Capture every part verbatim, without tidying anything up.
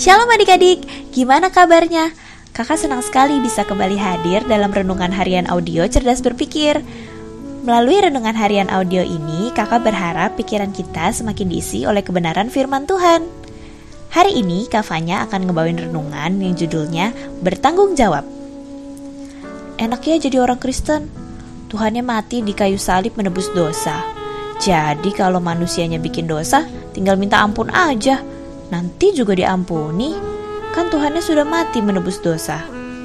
Shalom adik-adik, gimana kabarnya? Kakak senang sekali bisa kembali hadir dalam Renungan Harian Audio Cerdas Berpikir. Melalui Renungan Harian Audio ini, kakak berharap pikiran kita semakin diisi oleh kebenaran firman Tuhan. Hari ini Kak Fanya akan ngebawain renungan yang judulnya Bertanggung Jawab. Enak ya jadi orang Kristen, Tuhannya mati di kayu salib menebus dosa. Jadi kalau manusianya bikin dosa, tinggal minta ampun aja, nanti juga diampuni. Kan Tuhannya sudah mati menebus dosa.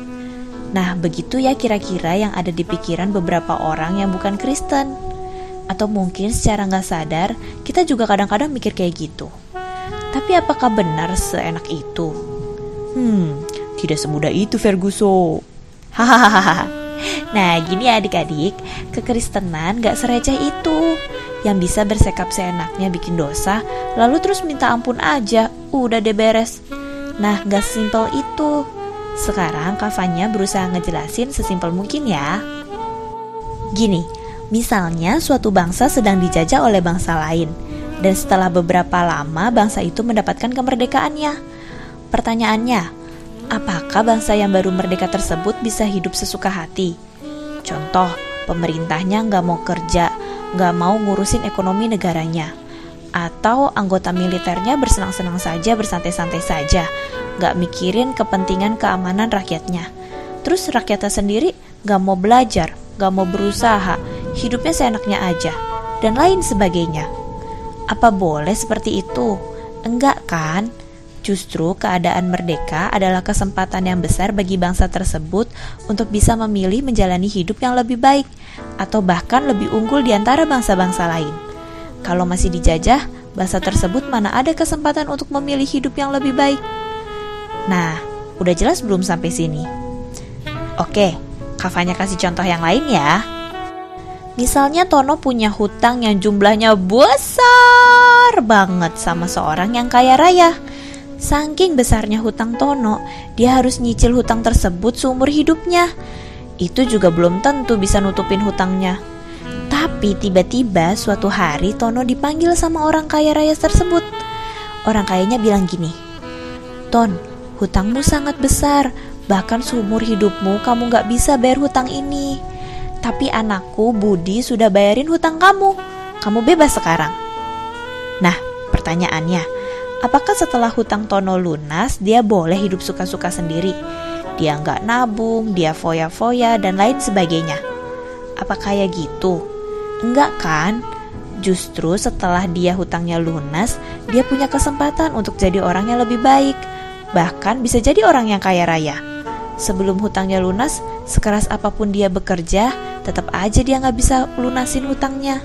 Nah, begitu ya kira-kira yang ada di pikiran beberapa orang yang bukan Kristen. Atau mungkin secara gak sadar, kita juga kadang-kadang mikir kayak gitu. Tapi apakah benar seenak itu? Hmm, tidak semudah itu Ferguson. Hahaha. Nah, gini ya adik-adik, kekristenan gak sereceh itu. Yang bisa bersikap seenaknya bikin dosa, lalu terus minta ampun aja, udah deh beres. Nah, gak sesimpel itu. Sekarang Kak Fanya berusaha ngejelasin sesimpel mungkin ya. Gini, misalnya suatu bangsa sedang dijajah oleh bangsa lain, dan setelah beberapa lama bangsa itu mendapatkan kemerdekaannya. Pertanyaannya, apakah bangsa yang baru merdeka tersebut bisa hidup sesuka hati? Contoh, pemerintahnya gak mau kerja, gak mau ngurusin ekonomi negaranya. Atau anggota militernya bersenang-senang saja, bersantai-santai saja, gak mikirin kepentingan keamanan rakyatnya. Terus rakyatnya sendiri gak mau belajar, gak mau berusaha, hidupnya seenaknya aja, dan lain sebagainya. Apa boleh seperti itu? Enggak kan? Justru keadaan merdeka adalah kesempatan yang besar bagi bangsa tersebut untuk bisa memilih menjalani hidup yang lebih baik, atau bahkan lebih unggul di antara bangsa-bangsa lain. Kalau masih dijajah, bangsa tersebut mana ada kesempatan untuk memilih hidup yang lebih baik? Nah, udah jelas belum sampai sini? Oke, Kak Fanya kasih contoh yang lain ya. Misalnya Tono punya hutang yang jumlahnya besar banget sama seorang yang kaya raya. Saking besarnya hutang Tono, dia harus nyicil hutang tersebut seumur hidupnya. Itu juga belum tentu bisa nutupin hutangnya. Tapi tiba-tiba suatu hari Tono dipanggil sama orang kaya raya tersebut. Orang kayanya bilang gini, "Ton, hutangmu sangat besar, bahkan seumur hidupmu kamu gak bisa bayar hutang ini. Tapi anakku Budi sudah bayarin hutang kamu, kamu bebas sekarang." Nah, pertanyaannya, apakah setelah hutang Tono lunas, dia boleh hidup suka-suka sendiri? Dia nggak nabung, dia foya-foya, dan lain sebagainya. Apa kayak gitu? Enggak kan? Justru setelah dia hutangnya lunas, dia punya kesempatan untuk jadi orang yang lebih baik. Bahkan bisa jadi orang yang kaya raya. Sebelum hutangnya lunas, sekeras apapun dia bekerja, tetap aja dia nggak bisa lunasin hutangnya.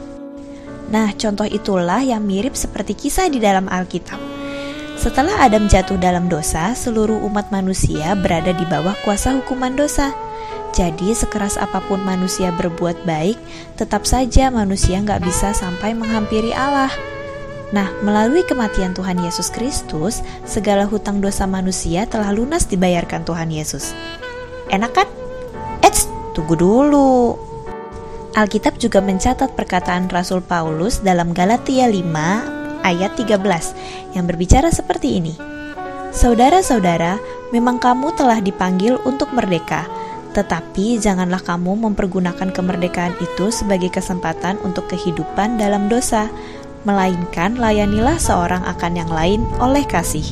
Nah, contoh itulah yang mirip seperti kisah di dalam Alkitab. Setelah Adam jatuh dalam dosa, seluruh umat manusia berada di bawah kuasa hukuman dosa. Jadi, sekeras apapun manusia berbuat baik, tetap saja manusia nggak bisa sampai menghampiri Allah. Nah, melalui kematian Tuhan Yesus Kristus, segala hutang dosa manusia telah lunas dibayarkan Tuhan Yesus. Enak kan? Eits, tunggu dulu. Alkitab juga mencatat perkataan Rasul Paulus dalam Galatia lima ayat tiga belas yang berbicara seperti ini. "Saudara-saudara, memang kamu telah dipanggil untuk merdeka, tetapi janganlah kamu mempergunakan kemerdekaan itu sebagai kesempatan untuk kehidupan dalam dosa, melainkan layanilah seorang akan yang lain oleh kasih."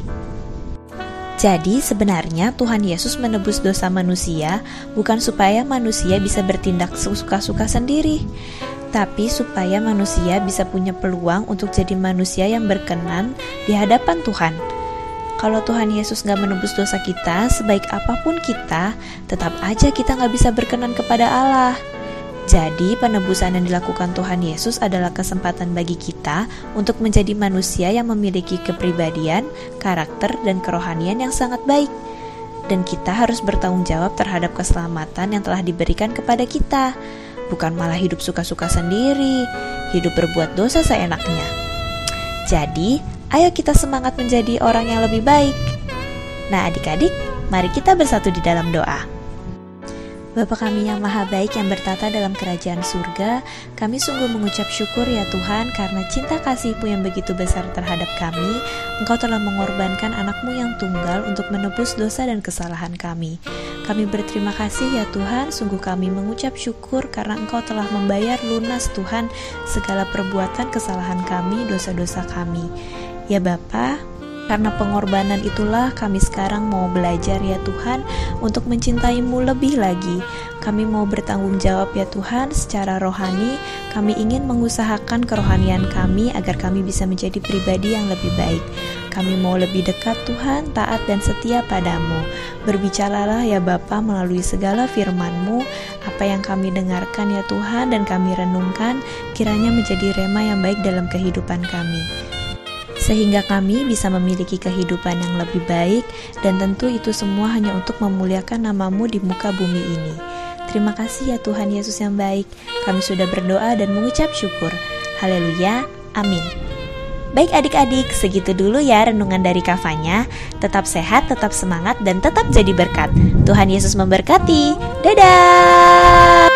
Jadi sebenarnya Tuhan Yesus menebus dosa manusia bukan supaya manusia bisa bertindak suka-suka sendiri, tapi supaya manusia bisa punya peluang untuk jadi manusia yang berkenan di hadapan Tuhan. Kalau Tuhan Yesus gak menebus dosa kita, sebaik apapun kita, tetap aja kita gak bisa berkenan kepada Allah. Jadi penebusan yang dilakukan Tuhan Yesus adalah kesempatan bagi kita untuk menjadi manusia yang memiliki kepribadian, karakter, dan kerohanian yang sangat baik. Dan kita harus bertanggung jawab terhadap keselamatan yang telah diberikan kepada kita. Bukan malah hidup suka-suka sendiri, hidup berbuat dosa seenaknya. Jadi, ayo kita semangat menjadi orang yang lebih baik. Nah adik-adik, mari kita bersatu di dalam doa. Bapa kami yang maha baik yang bertata dalam kerajaan surga, kami sungguh mengucap syukur ya Tuhan karena cinta kasih-Mu yang begitu besar terhadap kami. Engkau telah mengorbankan anak-Mu yang tunggal untuk menebus dosa dan kesalahan kami. Kami berterima kasih ya Tuhan, sungguh kami mengucap syukur karena Engkau telah membayar lunas Tuhan segala perbuatan kesalahan kami, dosa-dosa kami. Ya Bapa, karena pengorbanan itulah kami sekarang mau belajar ya Tuhan untuk mencintai-Mu lebih lagi. Kami mau bertanggung jawab ya Tuhan secara rohani. Kami ingin mengusahakan kerohanian kami agar kami bisa menjadi pribadi yang lebih baik. Kami mau lebih dekat Tuhan, taat dan setia padamu. Berbicaralah ya Bapa melalui segala firman-Mu. Apa yang kami dengarkan ya Tuhan dan kami renungkan kiranya menjadi rema yang baik dalam kehidupan kami, sehingga kami bisa memiliki kehidupan yang lebih baik, dan tentu itu semua hanya untuk memuliakan nama-Mu di muka bumi ini. Terima kasih ya Tuhan Yesus yang baik. Kami sudah berdoa dan mengucap syukur. Haleluya, amin. Baik adik-adik, segitu dulu ya renungan dari Kavanya. Tetap sehat, tetap semangat, dan tetap jadi berkat. Tuhan Yesus memberkati. Dadah!